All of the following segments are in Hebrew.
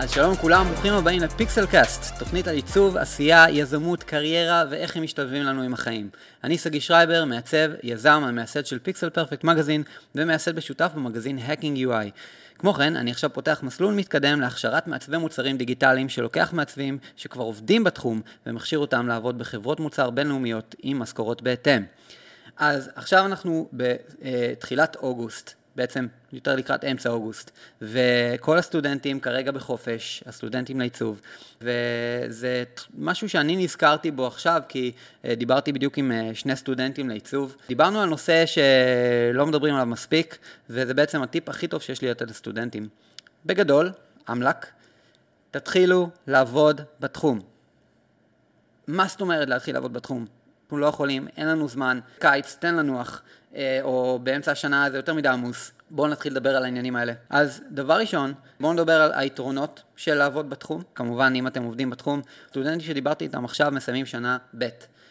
אז שלום לכולם, ברוכים הבאים לפיקסל קאסט, תוכנית על עיצוב, עשייה, יזמות, קריירה ואיך הם משתלבים לנו עם החיים. אני סגי שרייבר, מעצב, יזם, המייסד של פיקסל פרפקט מגזין ומייסד בשותף במגזין Hacking UI. כמו כן, אני עכשיו פותח מסלול מתקדם להכשרת מעצבי מוצרים דיגיטליים שלוקח מעצבים שכבר עובדים בתחום ומכשיר אותם לעבוד בחברות מוצר בינלאומיות עם משכורות בהתאם. אז עכשיו אנחנו בתחילת אוגוסט. בעצם יותר לקראת אמצע אוגוסט, וכל הסטודנטים כרגע בחופש, הסטודנטים לעיצוב, וזה משהו שאני נזכרתי בו עכשיו, כי דיברתי בדיוק עם שני סטודנטים לעיצוב. דיברנו על נושא שלא מדברים עליו מספיק, וזה בעצם הטיפ הכי טוב שיש לי לתת לסטודנטים. בגדול, אמלק, תתחילו לעבוד בתחום. מה זאת אומרת להתחיל לעבוד בתחום? אנחנו לא יכולים, אין לנו זמן, קיץ, תן לנוח, או באמצע השנה זה יותר מדי עמוס. בואו נתחיל לדבר על העניינים האלה. אז דבר ראשון, בואו נדבר על היתרונות של לעבוד בתחום. כמובן, אם אתם עובדים בתחום, סטודנטים שדיברתי איתם עכשיו מסיימים שנה ב',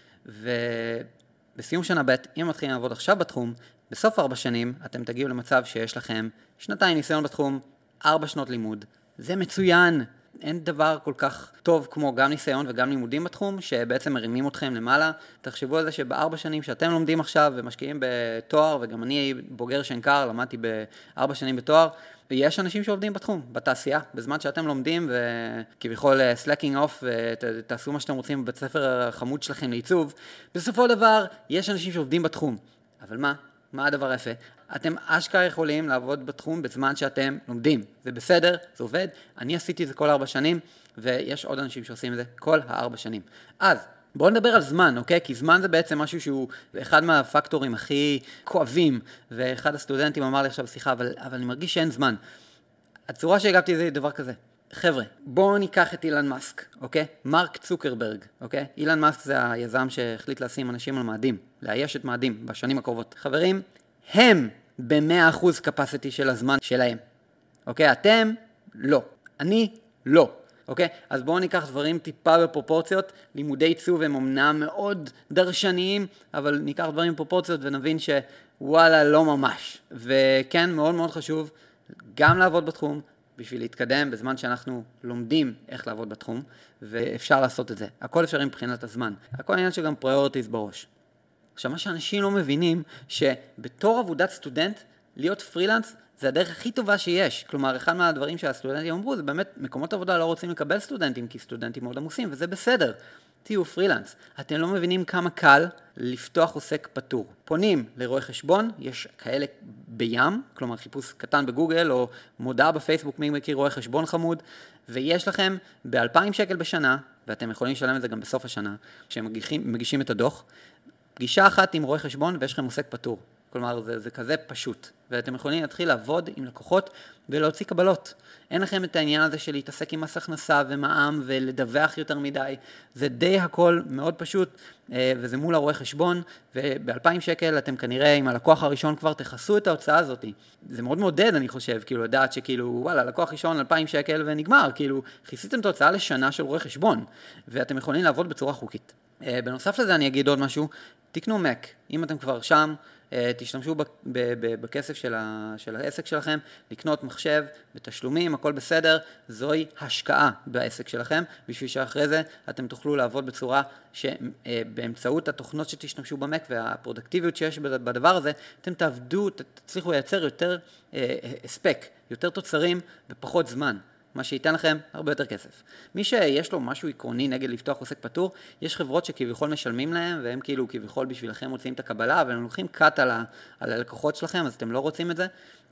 ובסיום שנה ב', אם מתחילים לעבוד עכשיו בתחום, בסוף 4 שנים אתם תגיעו למצב שיש לכם 2 ניסיון בתחום, 4 שנות לימוד. זה מצוין. אין דבר כל כך טוב כמו גם ניסיון וגם לימודים בתחום, שבעצם מרימים אתכם למעלה. תחשבו על זה שב4 שנים שאתם לומדים עכשיו ומשקיעים בתואר, וגם אני בוגר שנקר, למדתי ב4 שנים בתואר, ויש אנשים שעובדים בתחום, בתעשייה, בזמן שאתם לומדים וכביכול slacking off ותעשו מה שאתם רוצים בבית ספר החמוד שלכם לעיצוב. בסופו דבר, יש אנשים שעובדים בתחום. אבל מה הדבר היפה? אתם אשכרה יכולים לעבוד בתחום בזמן שאתם לומדים. זה בסדר, זה עובד. אני עשיתי את זה כל 4 שנים, ויש עוד אנשים שעושים את זה כל 4 שנים. אז, בואו נדבר על זמן, אוקיי? כי זמן זה בעצם משהו שהוא אחד מהפקטורים הכי כואבים, ואחד הסטודנטים אמר לי עכשיו שיחה, אבל אני מרגיש שאין זמן. הצורה שהגבתי זה דבר כזה. חבר'ה, בואו ניקח את אילן מאסק, אוקיי? מרק צוקרברג, אוקיי? אילן מאסק זה היזם שהחליט לשים אנשים על מאדים, לאייש את מאדים בשנים הקרובות. חברים, הם ב-100% capacity של הזמן שלהם. אוקיי? אתם לא. אני לא. אוקיי? אז בואו ניקח דברים טיפה בפרופורציות. לימודי עיצוב הם אמנם מאוד דרשניים, אבל ניקח דברים בפרופורציות ונבין שוואלה לא ממש. וכן, מאוד מאוד חשוב גם לעבוד בתחום, בשביל להתקדם בזמן שאנחנו לומדים איך לעבוד בתחום, ואפשר לעשות את זה. הכל אפשרי מבחינת הזמן. הכל עניין שגם priorities בראש. עכשיו, מה שאנשים לא מבינים, שבתור עבודת סטודנט, להיות פרילנס זה הדרך הכי טובה שיש. כלומר, אחד מהדברים שהסטודנטים אמרו, זה באמת, מקומות עבודה לא רוצים לקבל סטודנטים, כי סטודנטים מאוד עמוסים, וזה בסדר. תהיו פרילנס. אתם לא מבינים כמה קל לפתוח עוסק פטור. פונים לרואי חשבון, יש כאלה בים, כלומר חיפוש קטן בגוגל, או מודעה בפייסבוק, מי מכיר רואי חשבון חמוד, ויש לכם ב2,000 שקל בשנה, ואתם יכולים לשלם את זה גם בסוף השנה, כשהם מגישים את הדוח, פגישה אחת עם רואי חשבון ויש לכם עוסק פטור. כלומר, זה כזה פשוט. ואתם יכולים להתחיל לעבוד עם לקוחות ולהוציא קבלות. אין לכם את העניין הזה של להתעסק עם מס הכנסה ומע"מ ולדווח יותר מדי. זה די הכל מאוד פשוט, וזה מול הרואי חשבון, וב2,000 שקל אתם כנראה עם הלקוח הראשון כבר תחסו את ההוצאה הזאת. זה מאוד מעודד, אני חושב, כאילו, לדעת שכאילו, וואלה, לקוח ראשון 2,000 שקל ונגמר, כאילו, כיסיתם את ההוצאה לשנה של רואי חשבון, ואתם יכולים לעבוד בצורה חוקית. בנוסף לזה אני אגיד עוד משהו, תקנו מק. אם אתם כבר שם, תשתמשו בכסף של העסק שלכם, לקנות מחשב בתשלומים, הכל בסדר, זוהי השקעה בעסק שלכם, בשביל שאחרי זה אתם תוכלו לעבוד בצורה שבאמצעות התוכנות שתשתמשו במק והפרודקטיביות שיש בדבר הזה, אתם תעבדו, תצליחו לייצר יותר הספק, יותר תוצרים בפחות זמן. מה שייתן לכם הרבה יותר כסף. מי שיש לו משהו עקרוני נגד לפתוח עוסק פטור, יש חברות שכביכול משלמים להם, והם כאילו כביכול בשבילכם מוצאים את הקבלה, והם לוקחים קאט על הלקוחות שלכם, אז אתם לא רוצים את זה,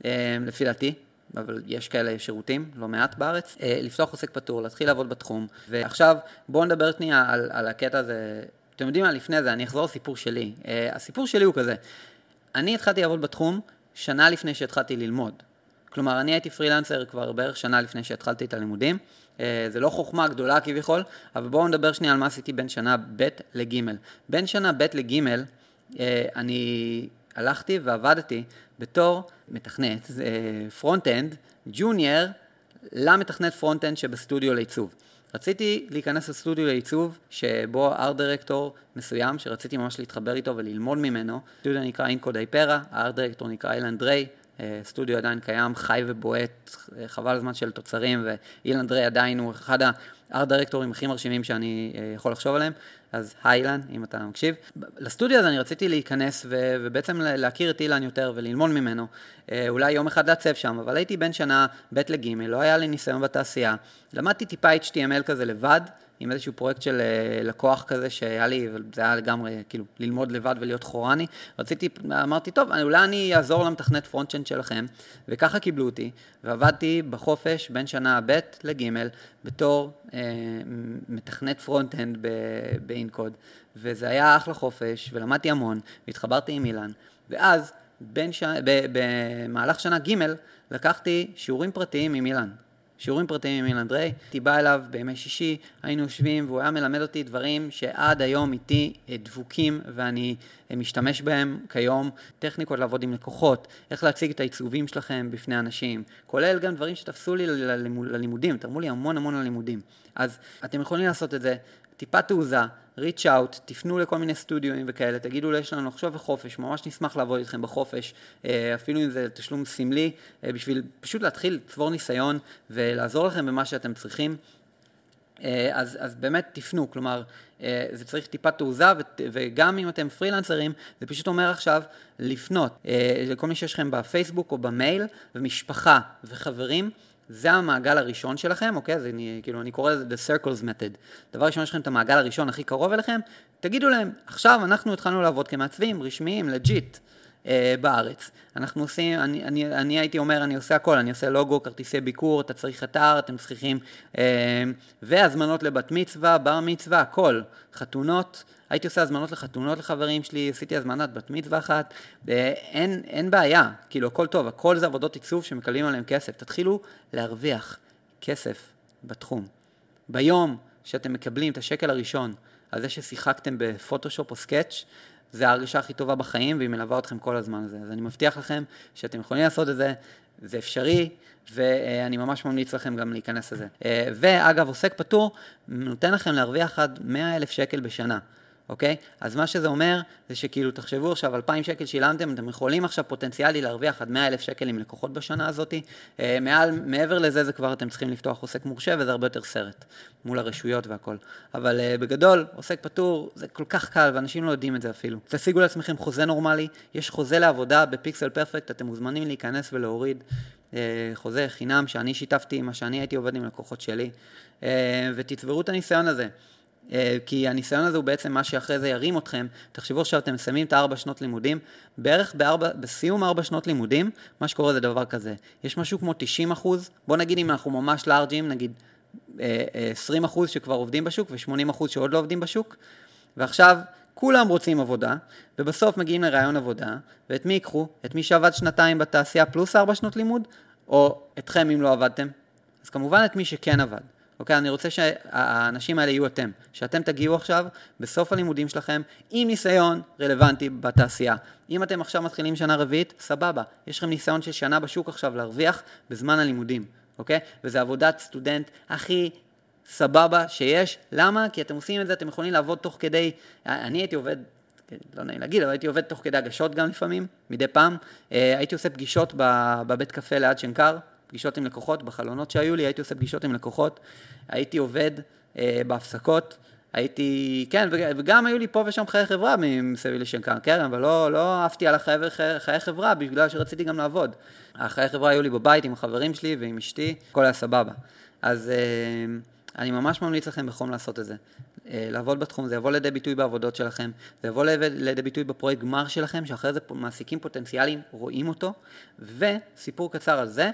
לפי דעתי, אבל יש כאלה שירותים, לא מעט בארץ, לפתוח עוסק פטור, להתחיל לעבוד בתחום, ועכשיו בואו נדבר שנייה על הקטע הזה, אתם יודעים מה לפני זה, אני אחזור לסיפור שלי. הסיפור שלי הוא כזה, אני התחלתי לעבוד בתחום שנה לפני שהתחלתי ללמוד. כלומר, אני הייתי פרילנסר כבר בערך שנה לפני שהתחלתי את הלימודים. זה לא חוכמה גדולה כביכול, אבל בואו נדבר שנייה על מה עשיתי בין שנה ב' לג'. בין שנה ב' לג' אני הלכתי ועבדתי בתור מתכנת פרונט-אנד, ג'וניור, למתכנת פרונט-אנד שבסטודיו לעיצוב. רציתי להיכנס לסטודיו לעיצוב, שבו ארט דירקטור מסוים, שרציתי ממש להתחבר איתו וללמוד ממנו. הסטודיו נקרא אינקוד אייפרה, הארט דירקטור נקרא אילן דריי, סטודיו עדיין קיים, חי ובועט, חבל הזמן של תוצרים, ואילן דרי עדיין הוא אחד הארט דירקטורים הכי מרשימים שאני יכול לחשוב עליהם, אז אילן, אם אתה מקשיב. לסטודיו הזה אני רציתי להיכנס ובעצם להכיר את אילן יותר וללמוד ממנו, אולי יום אחד לעצב שם, אבל הייתי בין שנה ב' לג', לא היה לי ניסיון בתעשייה, למדתי טיפה HTML כזה לבד, עם איזשהו פרויקט של לקוח כזה שהיה לי, וזה היה לגמרי, כאילו, ללמוד לבד ולהיות חורני. אמרתי, טוב, אולי אני אעזור למתכנת פרונט-אנד שלכם, וככה קיבלו אותי, ועבדתי בחופש בין שנה ב' לג' בתור מתכנת פרונט-אנד באינקוד, וזה היה אחלה חופש, ולמדתי המון, והתחברתי עם אילן, ואז במהלך שנה ג' לקחתי שיעורים פרטיים עם אילן. שיעורים פרטיים עם אילן דרי, הייתי בא אליו בימי שישי, היינו יושבים והוא היה מלמד אותי דברים שעד היום איתי דבוקים ואני משתמש בהם כיום, טכניקות לעבוד עם לקוחות, איך להציג את העיצובים שלכם בפני אנשים, כולל גם דברים שתפסו לי ללימודים, תרמו לי המון ללימודים. אז אתם יכולים לעשות את זה, טיפה תעוזה, reach out, תפנו לכל מיני סטודיואים וכאלה, תגידו יש לנו לחשוב בחופש, ממש נשמח לעבוד איתכם בחופש, אפילו אם זה תשלום סמלי, בשביל פשוט להתחיל לצבור ניסיון ולעזור לכם במה שאתם צריכים. אז באמת תפנו, כלומר, זה צריך טיפה תעוזה, וגם אם אתם פרילנסרים, זה פשוט אומר עכשיו לפנות לכל מי שיש לכם בפייסבוק או במייל, ומשפחה וחברים, זה המעגל הראשון שלכם, אוקיי? אז אני קורא לזה the circles method. דבר ראשון, יש לכם את המעגל הראשון הכי קרוב אליכם, תגידו להם, עכשיו אנחנו התחלנו לעבוד כמעצבים רשמיים, לג'יט, בארץ. אנחנו עושים, אני הייתי אומר, אני עושה הכל, אני עושה לוגו, כרטיסי ביקור, אתה צריך אתר, אתם צריכים, והזמנות לבת מצווה, בר מצווה, הכל, חתונות, הייתי עושה הזמנות לחתונות לחברים שלי, עשיתי הזמנת בת מצווה אחת, אין בעיה, כאילו הכל טוב, הכל זה עבודות עיצוב שמקבלים עליהם כסף, תתחילו להרוויח כסף בתחום. ביום שאתם מקבלים את השקל הראשון, על זה ששיחקתם בפוטושופ או סקאץ', זה ההרגשה הכי טובה בחיים, והיא מלווה אתכם כל הזמן הזה. אז אני מבטיח לכם שאתם יכולים לעשות את זה, זה אפשרי, ואני ממש ממליץ לכם גם להיכנס לזה. ואגב, עוסק פטור נותן לכם להרוויח עד 100,000 שקל בשנה. אוקיי? אז מה שזה אומר, זה שכאילו תחשבו עכשיו 2,000 שקל שילמתם, אתם יכולים עכשיו פוטנציאלי להרוויח עד 100,000 שקל עם לקוחות בשנה הזאת, מעבר לזה זה כבר אתם צריכים לפתוח עוסק מורשה, וזה הרבה יותר סרט, מול הרשויות והכל. אבל בגדול, עוסק פטור זה כל כך קל, ואנשים לא יודעים את זה אפילו. תשיגו לעצמכם חוזה נורמלי, יש חוזה לעבודה בפיקסל פרפקט, אתם מוזמנים להיכנס ולהוריד חוזה חינם שאני שיתפתי, מה שאני הייתי עובד עם לקוחות שלי, ותצברו את הניסיון הזה. כי הניסיון הזה הוא בעצם מה שאחרי זה ירים אתכם. תחשבו עכשיו, אתם מסיימים את 4 שנות לימודים, בערך בסיום 4 שנות לימודים, מה שקורה זה דבר כזה. יש משהו כמו 90%, בוא נגיד אם אנחנו ממש לארג'ים, נגיד 20% שכבר עובדים בשוק, ו80% שעוד לא עובדים בשוק, ועכשיו כולם רוצים עבודה, ובסוף מגיעים לרעיון עבודה, ואת מי ייקחו? את מי שעבד 2 בתעשייה פלוס 4 שנות לימוד, או אתכם אם לא עבדתם? אז כמובן את מי שכן עבד. אוקיי, אני רוצה שהאנשים האלה יהיו אתם, שאתם תגיעו עכשיו בסוף הלימודים שלכם עם ניסיון רלוונטי בתעשייה. אם אתם עכשיו מתחילים שנה רביעית, סבבה, יש לכם ניסיון של שנה בשוק עכשיו להרוויח בזמן הלימודים, אוקיי? וזה עבודת סטודנט הכי סבבה שיש. למה? כי אתם עושים את זה, אתם יכולים לעבוד תוך כדי, אני הייתי עובד, לא נעים להגיד, אבל הייתי עובד תוך כדי הגשות גם לפעמים, מדי פעם. הייתי עושה פגישות בבית קפה ליד שנקר, פגישות עם לקוחות, בחלונות שהיו לי, הייתי עושה פגישות עם לקוחות, הייתי עובד בהפסקות, כן, וגם היו לי פה ושם חיי חברה מסביב לשנקר, כן, אבל לא אהבתי על חיי חברה, בגלל שרציתי גם לעבוד. החיי חברה היו לי בבית עם החברים שלי ועם אשתי, הכל היה סבבה. אז אני ממש ממליץ לכם בחום לעשות את זה. לעבוד בתחום, זה יבוא לידי ביטוי בעבודות שלכם, זה יבוא לידי ביטוי בפרויקט גמר שלכם, שאחרי זה מעסיקים פוטנציאליים רואים אותו, וסיפור קצר על זה,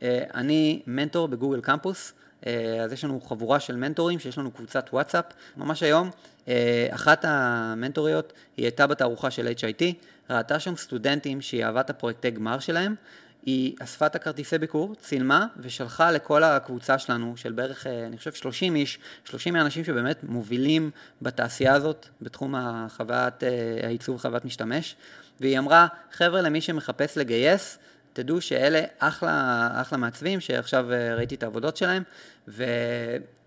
אני מנטור בגוגל קמפוס, אז יש לנו חבורה של מנטורים, שיש לנו קבוצת וואטסאפ, ממש היום, אחת המנטוריות, היא הייתה בתערוכה של HIT, ראתה שם סטודנטים שהיא אהבה את הפרויקטי גמר שלהם, היא אספה את הכרטיסי ביקור, צילמה ושלחה לכל הקבוצה שלנו, של בערך, אני חושב 30 איש, 30 האנשים שבאמת מובילים בתעשייה הזאת, בתחום העיצוב וחוויית משתמש, והיא אמרה, חבר'ה, למי שמחפש לגייס, תדעו שאלה אחלה מעצבים, שעכשיו ראיתי את העבודות שלהם,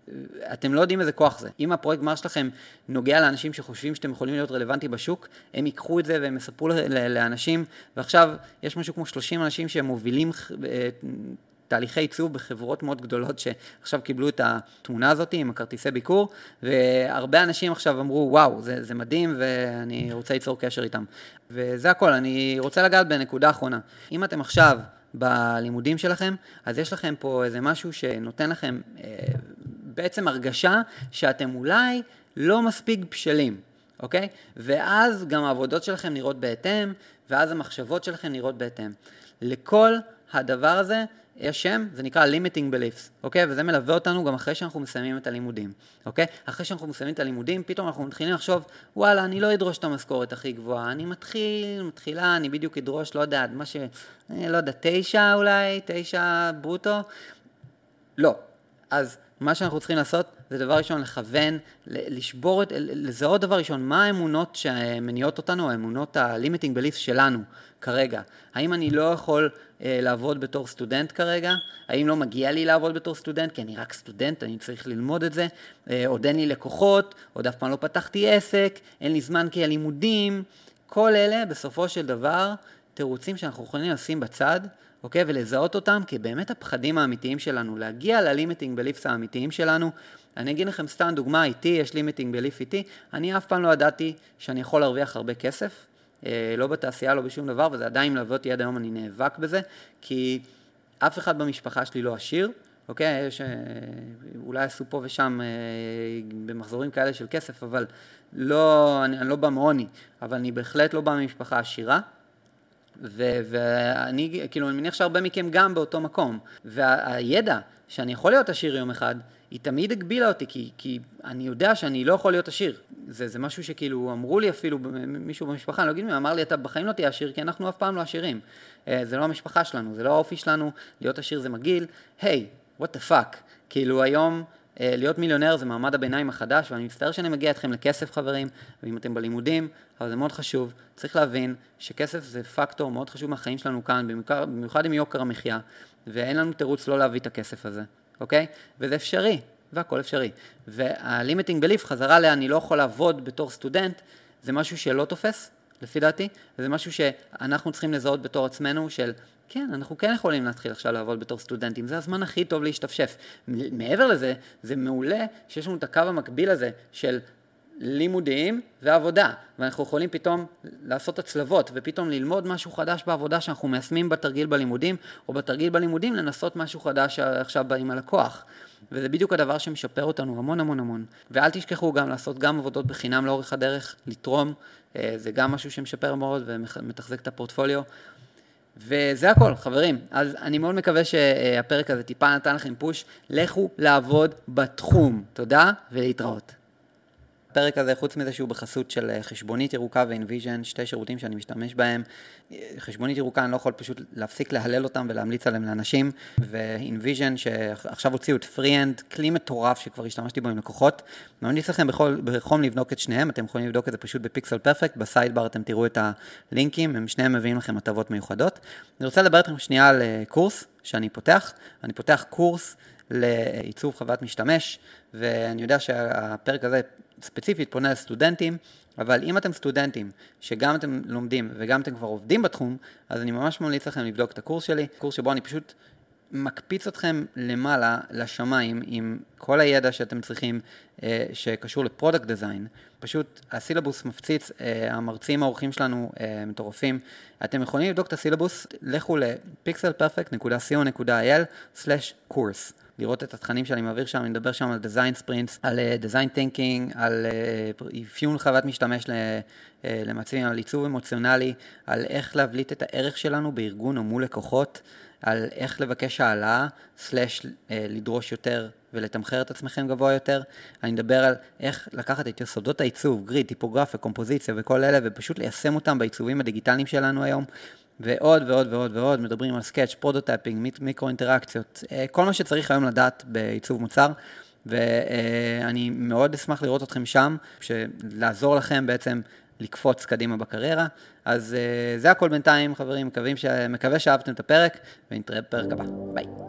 אתם לא יודעים איזה כוח זה. אם הפרויקט גמר שלכם נוגע לאנשים שחושבים שאתם יכולים להיות רלוונטי בשוק, הם ייקחו את זה והם יספרו לאנשים, ועכשיו יש משהו כמו 30 אנשים שהם מובילים תהליכי עיצוב בחברות מאוד גדולות שעכשיו קיבלו את התמונה הזאת עם הכרטיסי ביקור, והרבה אנשים עכשיו אמרו, וואו, זה מדהים ואני רוצה ליצור קשר איתם. וזה הכל, אני רוצה לגעת בנקודה האחרונה. אם אתם עכשיו בלימודים שלכם, אז יש לכם פה איזה משהו שנותן לכם בעצם הרגשה שאתם אולי לא מספיק בשלים, אוקיי? ואז גם העבודות שלכם נראות בהתאם, ואז המחשבות שלכם נראות בהתאם. לכל הדבר הזה יש שם, זה נקרא limiting beliefs, אוקיי? וזה מלווה אותנו גם אחרי שאנחנו מסיימים את הלימודים, אוקיי? אחרי שאנחנו מסיימים את הלימודים, פתאום אנחנו מתחילים לחשוב, וואלה, אני לא אדרוש את המשכורת הכי גבוהה, אני מתחילה, אני בדיוק אדרוש, לא יודע, לא יודע, 9 אולי, 9 ברוטו, לא. אז מה שאנחנו צריכים לעשות, זה דבר ראשון לכוון, לשבור לזהות דבר ראשון, מה האמונות שמניעות אותנו, האמונות ה-limiting beliefs שלנו כרגע. האם אני לא יכול לעבוד בתור סטודנט כרגע? האם לא מגיע לי לעבוד בתור סטודנט? כי אני רק סטודנט, אני צריך ללמוד את זה. עוד אין לי לקוחות, עוד אף פעם לא פתחתי עסק, אין לי זמן כי הלימודים. כל אלה בסופו של דבר תירוצים שאנחנו יכולים לשים בצד, אוקיי? ולזהות אותם כבאמת הפחדים האמיתיים שלנו, להגיע ל-limiting beliefs האמיתיים שלנו. אני אגיד לכם סתם דוגמה, איתי, יש limiting belief איתי, אני אף פעם לא ידעתי שאני יכול להרוויח הרבה כסף, לא בתעשייה, לא בשום דבר, וזה עדיין מלווה אותי עד היום, אני נאבק בזה, כי אף אחד במשפחה שלי לא עשיר, אוקיי? יש, אולי עשו פה ושם במחזורים כאלה של כסף, אבל לא, אני לא בא מעוני, אבל אני בהחלט לא בא ממשפחה עשירה, ואני, כאילו, אני מניח שהרבה מכם גם באותו מקום, והידע שאני יכול להיות עשיר יום אחד, היא תמיד הגבילה אותי, כי אני יודע שאני לא יכול להיות עשיר. זה משהו שכאילו אמרו לי אפילו מישהו במשפחה, אני לא אגיד מי, אמר לי, אתה בחיים לא תהיה עשיר, כי אנחנו אף פעם לא עשירים. זה לא המשפחה שלנו, זה לא האופי שלנו, להיות עשיר זה מגעיל. היי, what the fuck? כאילו היום להיות מיליונר זה מעמד הביניים החדש, ואני מצטער שאני מגיע אתכם לכסף, חברים, ואם אתם בלימודים, אבל זה מאוד חשוב. צריך להבין שכסף זה פקטור מאוד חשוב מהחיים שלנו כאן, במיוחד עם יוקר המחיה, ואין לנו תירוץ לא להביא את הכסף הזה, אוקיי? וזה אפשרי, והכל אפשרי. וה-limiting belief, חזרה לה, אני לא יכול לעבוד בתור סטודנט, זה משהו שלא תופס, לפי דעתי, וזה משהו שאנחנו צריכים לזהות בתור עצמנו, של כן, אנחנו כן יכולים להתחיל עכשיו לעבוד בתור סטודנטים, זה הזמן הכי טוב להשתפשף. מעבר לזה, זה מעולה שיש לנו את הקו המקביל הזה של לימודים ועבודה, ואנחנו יכולים פתאום לעשות הצלבות, ופתאום ללמוד משהו חדש בעבודה שאנחנו מיישמים בתרגיל בלימודים, או בתרגיל בלימודים לנסות משהו חדש עכשיו עם הלקוח. וזה בדיוק הדבר שמשפר אותנו המון המון המון. ואל תשכחו גם לעשות גם עבודות בחינם לאורך הדרך, לתרום, זה גם משהו שמשפר מאוד ומתחזק את הפורטפוליו. וזה הכל, חברים. אז אני מאוד מקווה שהפרק הזה טיפה נתן לכם פוש. לכו לעבוד בתחום. תודה ולהתראות. הפרק הזה, חוץ מזה שהוא בחסות של חשבונית ירוקה ו-InVision, שתי שירותים שאני משתמש בהם. חשבונית ירוקה, אני לא יכול פשוט להפסיק להלל אותם ולהמליץ עליהם לאנשים, ו-InVision שעכשיו הוציאו את FreeHand, כלי מטורף שכבר השתמשתי בו עם לקוחות. אני ממליץ לכם בחום לבדוק את שניהם, אתם יכולים לבדוק את זה פשוט בפיקסל פרפקט, בסיידבר אתם תראו את הלינקים, הם שניהם מביאים לכם הטבות מיוחדות. אני רוצה לדבר איתכם שנייה על קורס שאני פותח. אני פותח קורס לעיצוב חוויית משתמש, ואני יודע שהפרק הזה ספציפית פונה לסטודנטים, אבל אם אתם סטודנטים שגם אתם לומדים וגם אתם כבר עובדים בתחום, אז אני ממש ממליץ לכם לבדוק את הקורס שלי, קורס שבו אני פשוט מקפיץ אתכם למעלה לשמיים עם כל הידע שאתם צריכים שקשור לפרודקט דיזיין. פשוט הסילבוס מפציץ, המרצים האורחים שלנו מטורפים. אתם יכולים לבדוק את הסילבוס, לכו ל-pixelperfect.co.il/course. לראות את התכנים שאני מעביר שם, אני מדבר שם על design sprints, על design thinking, על אפיון חוויית משתמש למצבים, על עיצוב אמוציונלי, על איך להבליט את הערך שלנו בארגון או מול לקוחות, על איך לבקש העלאה, לדרוש יותר ולתמחר את עצמכם גבוה יותר. אני מדבר על איך לקחת את יסודות העיצוב, גריד, טיפוגרפיה, קומפוזיציה וכל אלה, ופשוט ליישם אותם בעיצובים הדיגיטליים שלנו היום. ועוד ועוד ועוד ועוד, מדברים על סקאץ', פרוטוטייפינג, מיקרו-אינטראקציות, כל מה שצריך היום לדעת בעיצוב מוצר, ואני מאוד אשמח לראות אתכם שם, לעזור לכם בעצם לקפוץ קדימה בקריירה. אז זה הכל בינתיים, חברים, מקווה שאהבתם את הפרק, ונתראה בפרק הבא. ביי.